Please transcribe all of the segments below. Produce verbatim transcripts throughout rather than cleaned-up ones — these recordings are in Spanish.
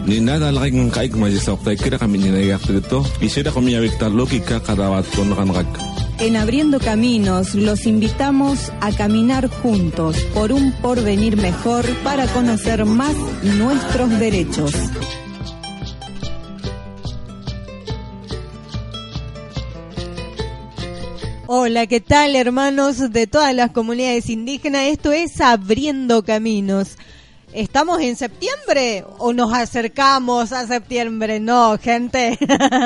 Ni nada algún kaik majlis waktu kira kami ni naik aktor y será kami abiktar lógica cada wat con ranrak. En Abriendo Caminos los invitamos a caminar juntos por un porvenir mejor para conocer más nuestros derechos. Hola, ¿qué tal, hermanos de todas las comunidades indígenas? Esto es Abriendo Caminos. ¿Estamos en septiembre o nos acercamos a septiembre? No, gente,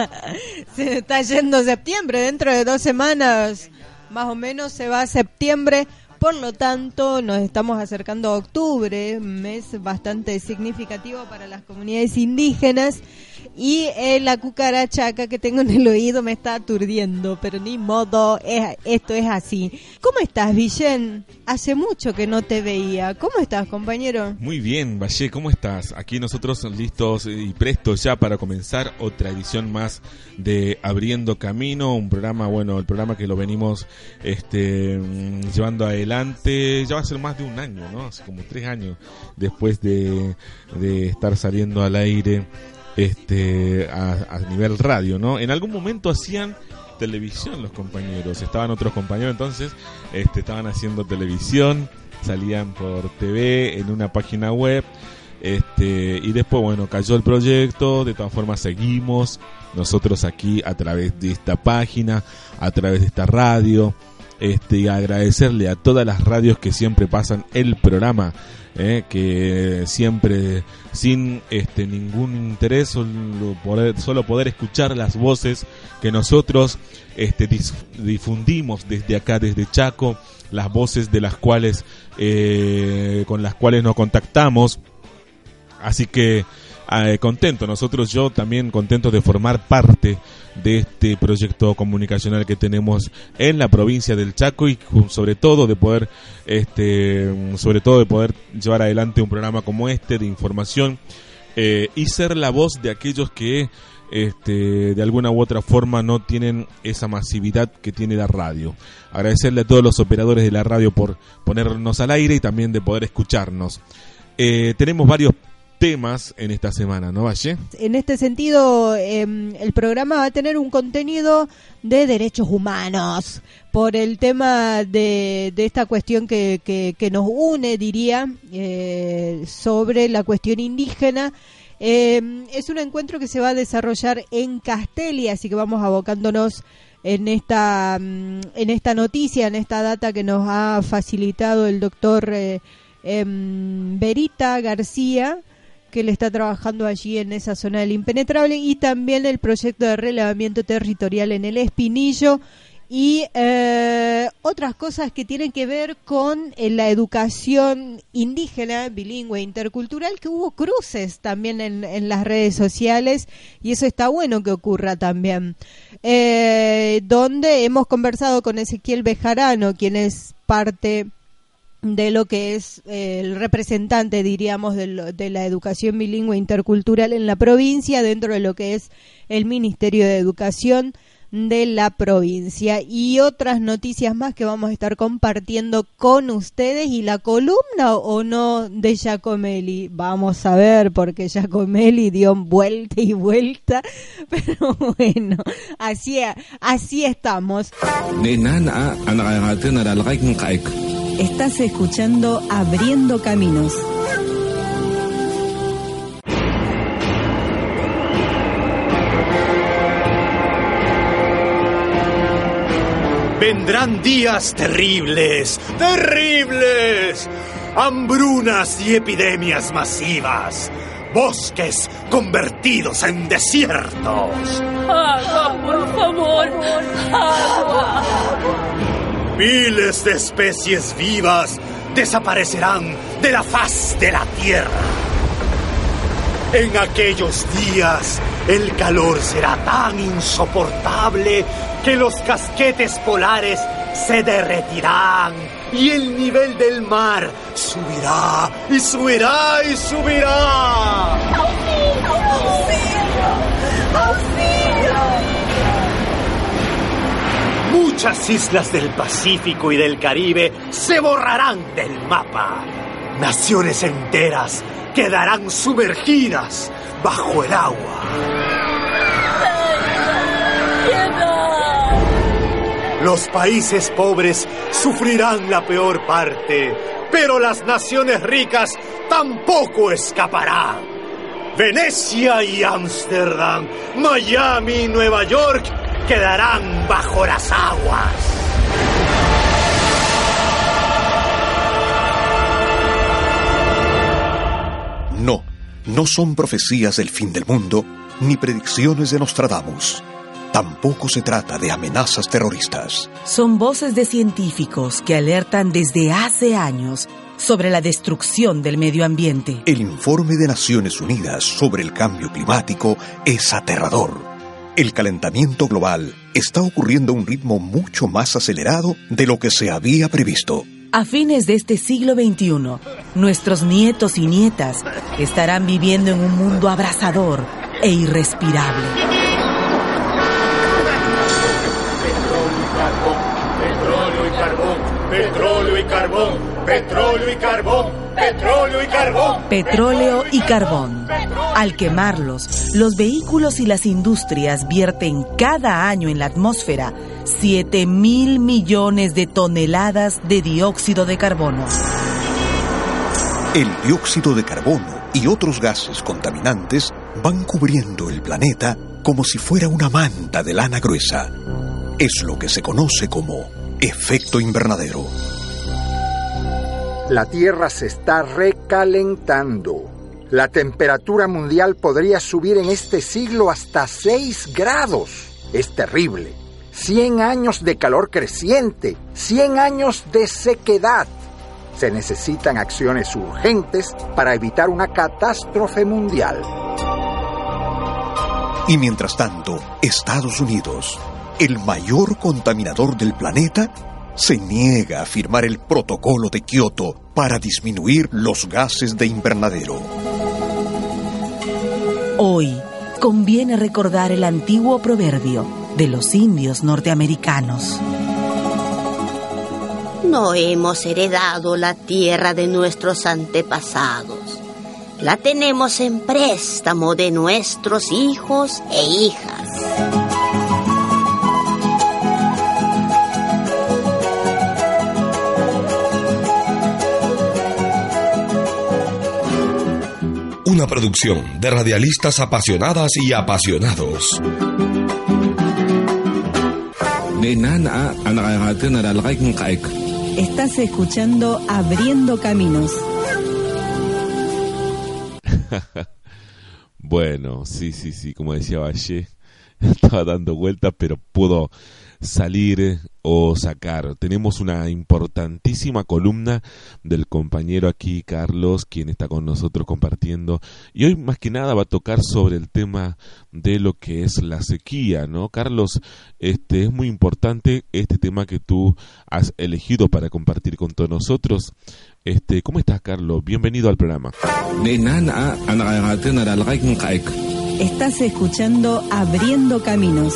se está yendo septiembre, dentro de dos semanas más o menos se va a septiembre, por lo tanto nos estamos acercando a octubre, mes bastante significativo para las comunidades indígenas. Y eh, la cucaracha acá que tengo en el oído me está aturdiendo, pero ni modo, es, esto es así. ¿Cómo estás, Villén? Hace mucho que no te veía. ¿Cómo estás, compañero? Muy bien, Valle, ¿cómo estás? Aquí nosotros listos y prestos ya para comenzar otra edición más de Abriendo Camino, un programa, bueno, el programa que lo venimos este, llevando adelante, ya va a ser más de un año, ¿no? Hace como tres años después de, de estar saliendo al aire. Este a, a nivel radio, ¿no? En algún momento hacían televisión los compañeros, estaban otros compañeros entonces, este, estaban haciendo televisión, salían por T V en una página web, este, y después, bueno, cayó el proyecto. De todas formas seguimos nosotros aquí a través de esta página, a través de esta radio, este, y agradecerle a todas las radios que siempre pasan el programa. Eh, que siempre sin este ningún interés, solo poder, solo poder escuchar las voces que nosotros este, dis, difundimos desde acá, desde Chaco, las voces de las cuales eh, con las cuales nos contactamos. Así que eh, contento, nosotros yo también contento de formar parte de este proyecto comunicacional que tenemos en la provincia del Chaco y sobre todo de poder este sobre todo de poder llevar adelante un programa como este de información eh, y ser la voz de aquellos que este de alguna u otra forma no tienen esa masividad que tiene la radio. Agradecerle a todos los operadores de la radio por ponernos al aire y también de poder escucharnos. Eh, tenemos varios temas en esta semana, ¿no, Valle? En este sentido, eh, el programa va a tener un contenido de derechos humanos, por el tema de, de esta cuestión que, que, que nos une, diría, eh, sobre la cuestión indígena. Eh, es un encuentro que se va a desarrollar en Castelli, así que vamos abocándonos en esta, en esta noticia, en esta data que nos ha facilitado el doctor eh, eh, Berita García, que le está trabajando allí en esa zona del impenetrable, y también el proyecto de relevamiento territorial en el Espinillo y eh, otras cosas que tienen que ver con eh, la educación indígena, bilingüe, intercultural, que hubo cruces también en, en las redes sociales y eso está bueno que ocurra también. Eh, donde hemos conversado con Ezequiel Bejarano, quien es parte de lo que es eh, el representante, diríamos, de, lo, de la educación bilingüe intercultural en la provincia, dentro de lo que es el Ministerio de Educación de la provincia, y otras noticias más que vamos a estar compartiendo con ustedes. Y la columna o no de Giacomelli, vamos a ver, porque Giacomelli dio vuelta y vuelta, pero bueno, así, así estamos. Estás escuchando Abriendo Caminos. Vendrán días terribles, terribles, hambrunas y epidemias masivas, bosques convertidos en desiertos. ¡Agua, por favor! ¡Agua! Miles de especies vivas desaparecerán de la faz de la tierra. En aquellos días, el calor será tan insoportable que los casquetes polares se derretirán y el nivel del mar subirá y subirá y subirá. ¡Auxilio! ¡Auxilio! ¡Auxilio! Muchas islas del Pacífico y del Caribe se borrarán del mapa. Naciones enteras quedarán sumergidas bajo el agua. Los países pobres sufrirán la peor parte, pero las naciones ricas tampoco escaparán. Venecia y Ámsterdam, Miami y Nueva York quedarán bajo las aguas. No, no son profecías del fin del mundo, ni predicciones de Nostradamus. Tampoco se trata de amenazas terroristas. Son voces de científicos que alertan desde hace años sobre la destrucción del medio ambiente. El informe de Naciones Unidas sobre el cambio climático es aterrador. El calentamiento global está ocurriendo a un ritmo mucho más acelerado de lo que se había previsto. A fines de este siglo veintiuno, nuestros nietos y nietas estarán viviendo en un mundo abrasador e irrespirable. Petróleo y carbón, petróleo y carbón, petróleo y carbón, petróleo y carbón. Petróleo y carbón. Al quemarlos, los vehículos y las industrias vierten cada año en la atmósfera siete mil millones de toneladas de dióxido de carbono. El dióxido de carbono y otros gases contaminantes van cubriendo el planeta como si fuera una manta de lana gruesa. Es lo que se conoce como efecto invernadero. La Tierra se está recalentando. La temperatura mundial podría subir en este siglo hasta seis grados. Es terrible. cien años de calor creciente, cien años de sequedad. Se necesitan acciones urgentes para evitar una catástrofe mundial. Y mientras tanto, Estados Unidos, el mayor contaminador del planeta, se niega a firmar el protocolo de Kioto para disminuir los gases de invernadero. Hoy conviene recordar el antiguo proverbio de los indios norteamericanos. No hemos heredado la tierra de nuestros antepasados. La tenemos en préstamo de nuestros hijos e hijas. Una producción de radialistas apasionadas y apasionados. Estás escuchando Abriendo Caminos. Bueno, sí, sí, sí, como decía Valle, estaba dando vueltas, pero pudo salir o sacar. Tenemos una importantísima columna del compañero aquí, Carlos, quien está con nosotros compartiendo. Y hoy más que nada va a tocar sobre el tema de lo que es la sequía, ¿no? Carlos, este es muy importante este tema que tú has elegido para compartir con todos nosotros. Este, ¿cómo estás, Carlos? Bienvenido al programa. Estás escuchando Abriendo Caminos.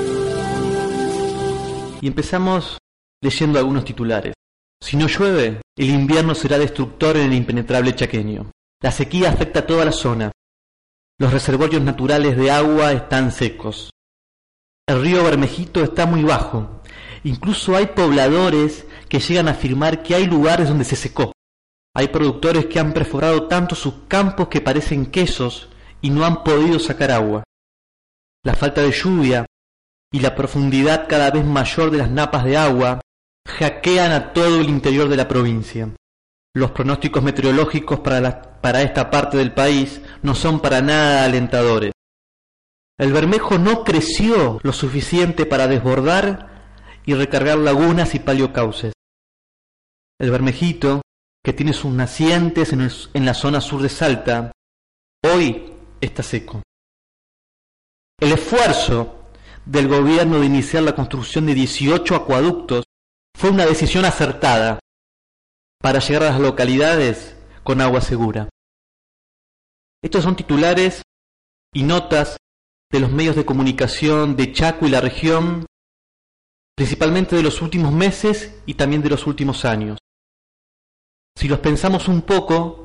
Y empezamos leyendo algunos titulares. Si no llueve, el invierno será destructor en el impenetrable chaqueño. La sequía afecta a toda la zona. Los reservorios naturales de agua están secos. El río Bermejito está muy bajo. Incluso hay pobladores que llegan a afirmar que hay lugares donde se secó. Hay productores que han perforado tanto sus campos que parecen quesos y no han podido sacar agua. La falta de lluvia y la profundidad cada vez mayor de las napas de agua hackean a todo el interior de la provincia. Los pronósticos meteorológicos para, la, para esta parte del país no son para nada alentadores. El Bermejo no creció lo suficiente para desbordar y recargar lagunas y paleocauces. El Bermejito, que tiene sus nacientes en, el, en la zona sur de Salta, hoy está seco. El esfuerzo del gobierno de iniciar la construcción de dieciocho acueductos fue una decisión acertada para llegar a las localidades con agua segura. Estos son titulares y notas de los medios de comunicación de Chaco y la región, principalmente de los últimos meses y también de los últimos años. Si los pensamos un poco,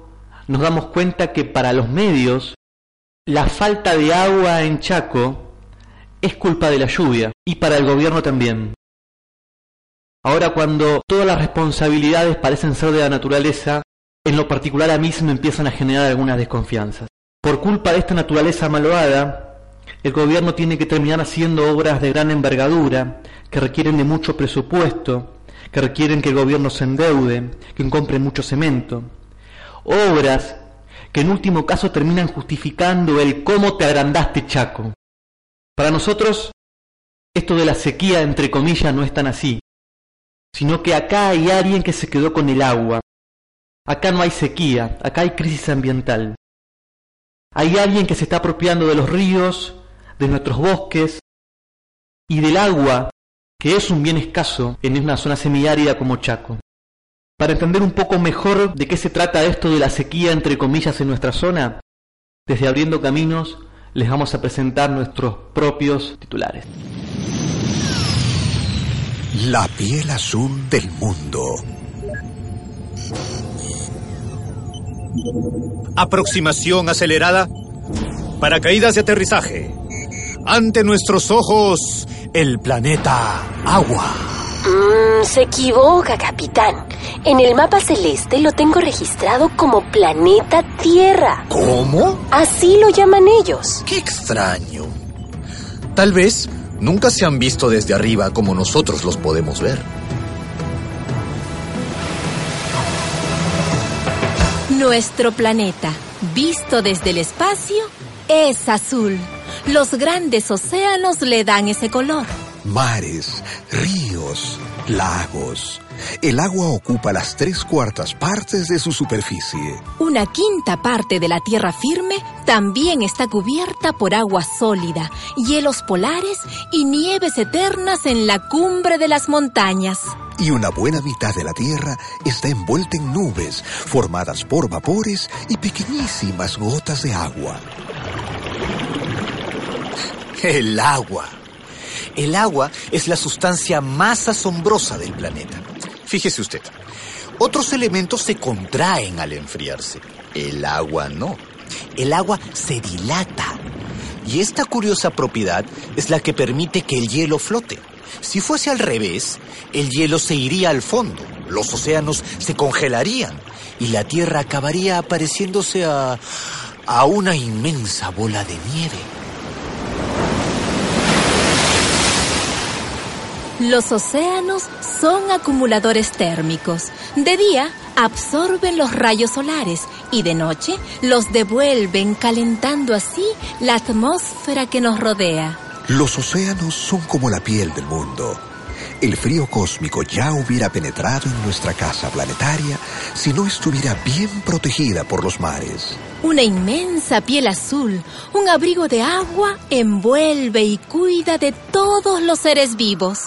nos damos cuenta que para los medios la falta de agua en Chaco es culpa de la lluvia, y para el gobierno también. Ahora, cuando todas las responsabilidades parecen ser de la naturaleza, en lo particular a mí se me empiezan a generar algunas desconfianzas. Por culpa de esta naturaleza malvada, el gobierno tiene que terminar haciendo obras de gran envergadura, que requieren de mucho presupuesto, que requieren que el gobierno se endeude, que compre mucho cemento. Obras que en último caso terminan justificando el cómo te agrandaste, Chaco. Para nosotros, esto de la sequía, entre comillas, no es tan así, sino que acá hay alguien que se quedó con el agua. Acá no hay sequía, acá hay crisis ambiental. Hay alguien que se está apropiando de los ríos, de nuestros bosques y del agua, que es un bien escaso en una zona semiárida como Chaco. Para entender un poco mejor de qué se trata esto de la sequía, entre comillas, en nuestra zona, desde Abriendo Caminos les vamos a presentar nuestros propios titulares. La piel azul del mundo. Aproximación acelerada. Paracaídas de aterrizaje. Ante nuestros ojos, el planeta Agua. Mm, se equivoca, capitán. En el mapa celeste lo tengo registrado como planeta Tierra. ¿Cómo? Así lo llaman ellos. Qué extraño. Tal vez nunca se han visto desde arriba como nosotros los podemos ver. Nuestro planeta, visto desde el espacio, es azul. Los grandes océanos le dan ese color. Mares, ríos, lagos. El agua ocupa las tres cuartas partes de su superficie. Una quinta parte de la tierra firme también está cubierta por agua sólida, hielos polares y nieves eternas en la cumbre de las montañas. Y una buena mitad de la tierra está envuelta en nubes, formadas por vapores y pequeñísimas gotas de agua. El agua. El agua es la sustancia más asombrosa del planeta. Fíjese usted, otros elementos se contraen al enfriarse. El agua no. El agua se dilata. Y esta curiosa propiedad es la que permite que el hielo flote. Si fuese al revés, el hielo se iría al fondo, los océanos se congelarían y la Tierra acabaría pareciéndose a, a una inmensa bola de nieve. Los océanos son acumuladores térmicos. De día absorben los rayos solares y de noche los devuelven, calentando así la atmósfera que nos rodea. Los océanos son como la piel del mundo. El frío cósmico ya hubiera penetrado en nuestra casa planetaria si no estuviera bien protegida por los mares. Una inmensa piel azul, un abrigo de agua, envuelve y cuida de todos los seres vivos.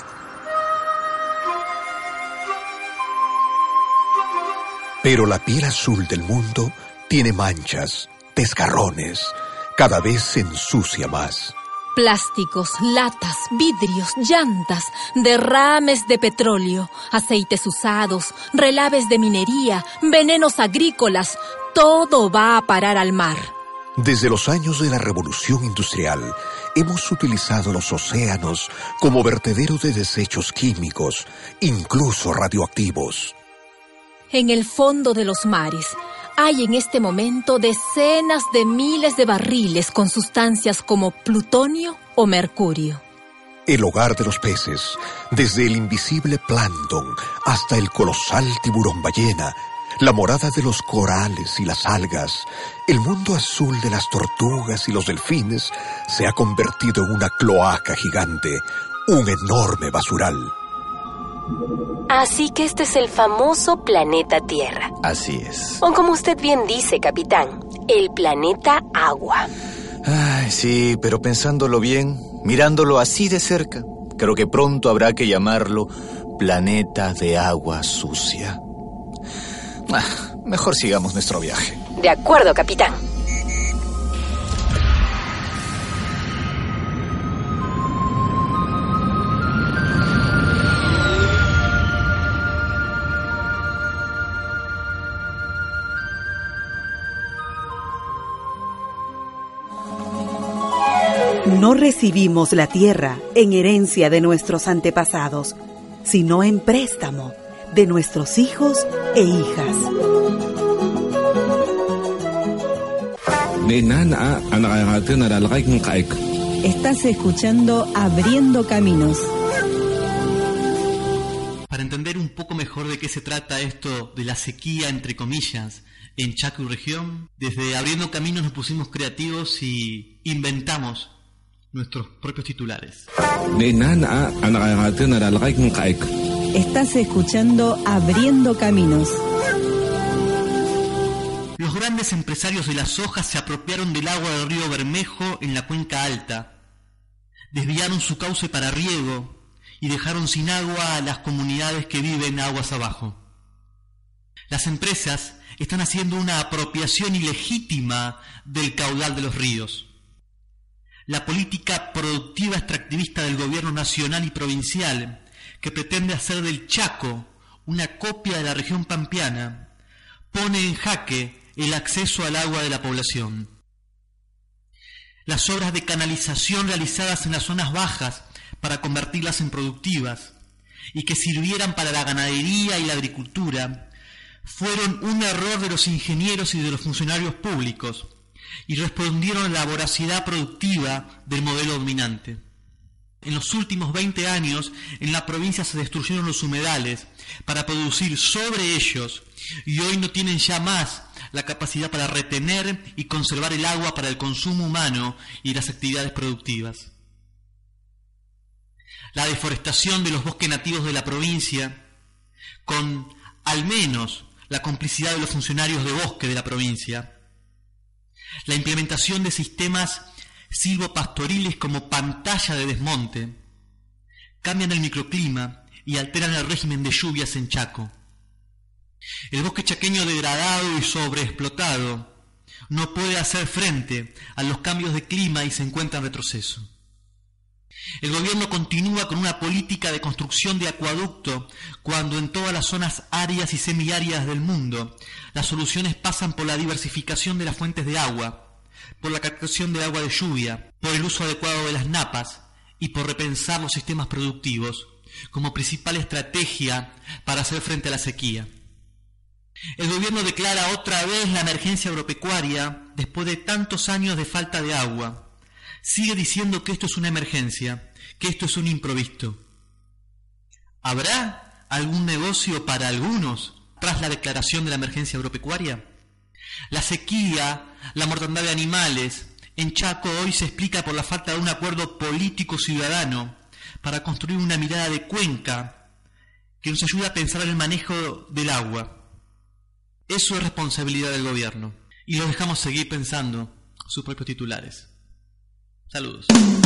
Pero la piel azul del mundo tiene manchas, desgarrones, cada vez se ensucia más. Plásticos, latas, vidrios, llantas, derrames de petróleo, aceites usados, relaves de minería, venenos agrícolas, todo va a parar al mar. Desde los años de la Revolución Industrial, hemos utilizado los océanos como vertedero de desechos químicos, incluso radioactivos. En el fondo de los mares hay en este momento decenas de miles de barriles con sustancias como plutonio o mercurio. El hogar de los peces, desde el invisible plancton hasta el colosal tiburón ballena, la morada de los corales y las algas, el mundo azul de las tortugas y los delfines se ha convertido en una cloaca gigante, un enorme basural. Así que este es el famoso planeta Tierra. Así es. O como usted bien dice, capitán, el planeta Agua. Ay, sí, pero pensándolo bien, mirándolo así de cerca, creo que pronto habrá que llamarlo planeta de agua sucia. Ah, mejor sigamos nuestro viaje. De acuerdo, capitán. No recibimos la tierra en herencia de nuestros antepasados, sino en préstamo de nuestros hijos e hijas. Estás escuchando Abriendo Caminos. Para entender un poco mejor de qué se trata esto de la sequía, entre comillas, en Chaco y región, desde Abriendo Caminos nos pusimos creativos y inventamos nuestros propios titulares. Estás escuchando Abriendo Caminos. Los grandes empresarios de la soja se apropiaron del agua del río Bermejo en la cuenca alta, desviaron su cauce para riego y dejaron sin agua a las comunidades que viven aguas abajo. Las empresas están haciendo una apropiación ilegítima del caudal de los ríos. La política productiva extractivista del gobierno nacional y provincial, que pretende hacer del Chaco una copia de la región pampeana, pone en jaque el acceso al agua de la población. Las obras de canalización realizadas en las zonas bajas para convertirlas en productivas y que sirvieran para la ganadería y la agricultura fueron un error de los ingenieros y de los funcionarios públicos y respondieron a la voracidad productiva del modelo dominante. En los últimos veinte años, en la provincia se destruyeron los humedales para producir sobre ellos y hoy no tienen ya más la capacidad para retener y conservar el agua para el consumo humano y las actividades productivas. La deforestación de los bosques nativos de la provincia, con al menos la complicidad de los funcionarios de bosque de la provincia, la implementación de sistemas silvopastoriles como pantalla de desmonte, cambian el microclima y alteran el régimen de lluvias en Chaco. El bosque chaqueño degradado y sobreexplotado no puede hacer frente a los cambios de clima y se encuentra en retroceso. El gobierno continúa con una política de construcción de acueducto cuando en todas las zonas áridas y semiáridas del mundo las soluciones pasan por la diversificación de las fuentes de agua, por la captación de agua de lluvia, por el uso adecuado de las napas y por repensar los sistemas productivos como principal estrategia para hacer frente a la sequía. El gobierno declara otra vez la emergencia agropecuaria después de tantos años de falta de agua. Sigue diciendo que esto es una emergencia, que esto es un imprevisto. ¿Habrá algún negocio para algunos tras la declaración de la emergencia agropecuaria? La sequía, la mortandad de animales en Chaco hoy se explica por la falta de un acuerdo político ciudadano para construir una mirada de cuenca que nos ayude a pensar en el manejo del agua. Eso es responsabilidad del gobierno y los dejamos seguir pensando sus propios titulares. Saludos.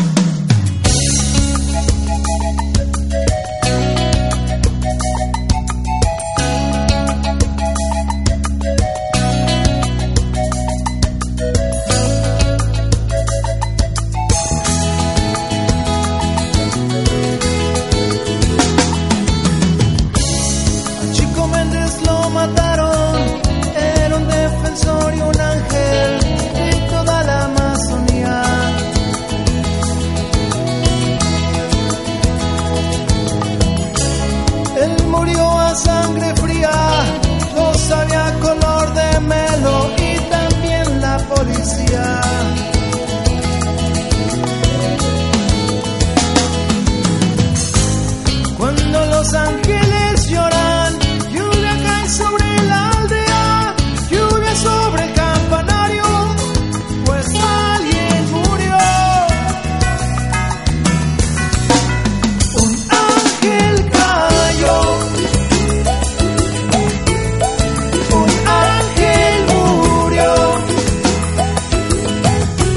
Chico Méndez lo mataron, era un defensor y un ángel de toda la Amazonía. Él murió a sangre fría, lo sabía color de melo y también la policía. Cuando los ángeles lloran, lluvia cae sobre la aldea, lluvia sobre el campanario, pues alguien murió. Un ángel cayó, un ángel murió.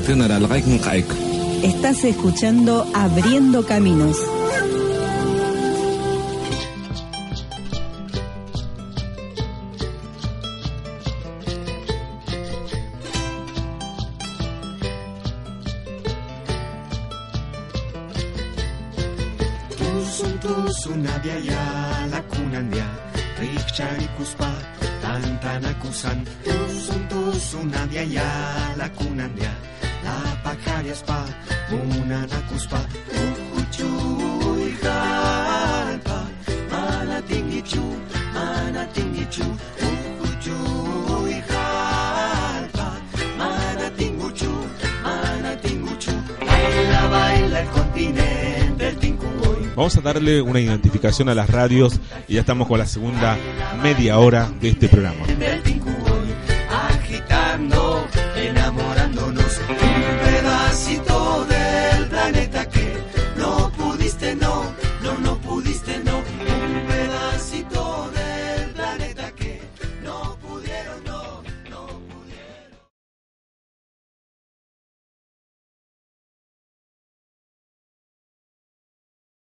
Estás escuchando Abriendo Caminos. Vamos a darle una identificación a las radios y ya estamos con la segunda media hora de este programa.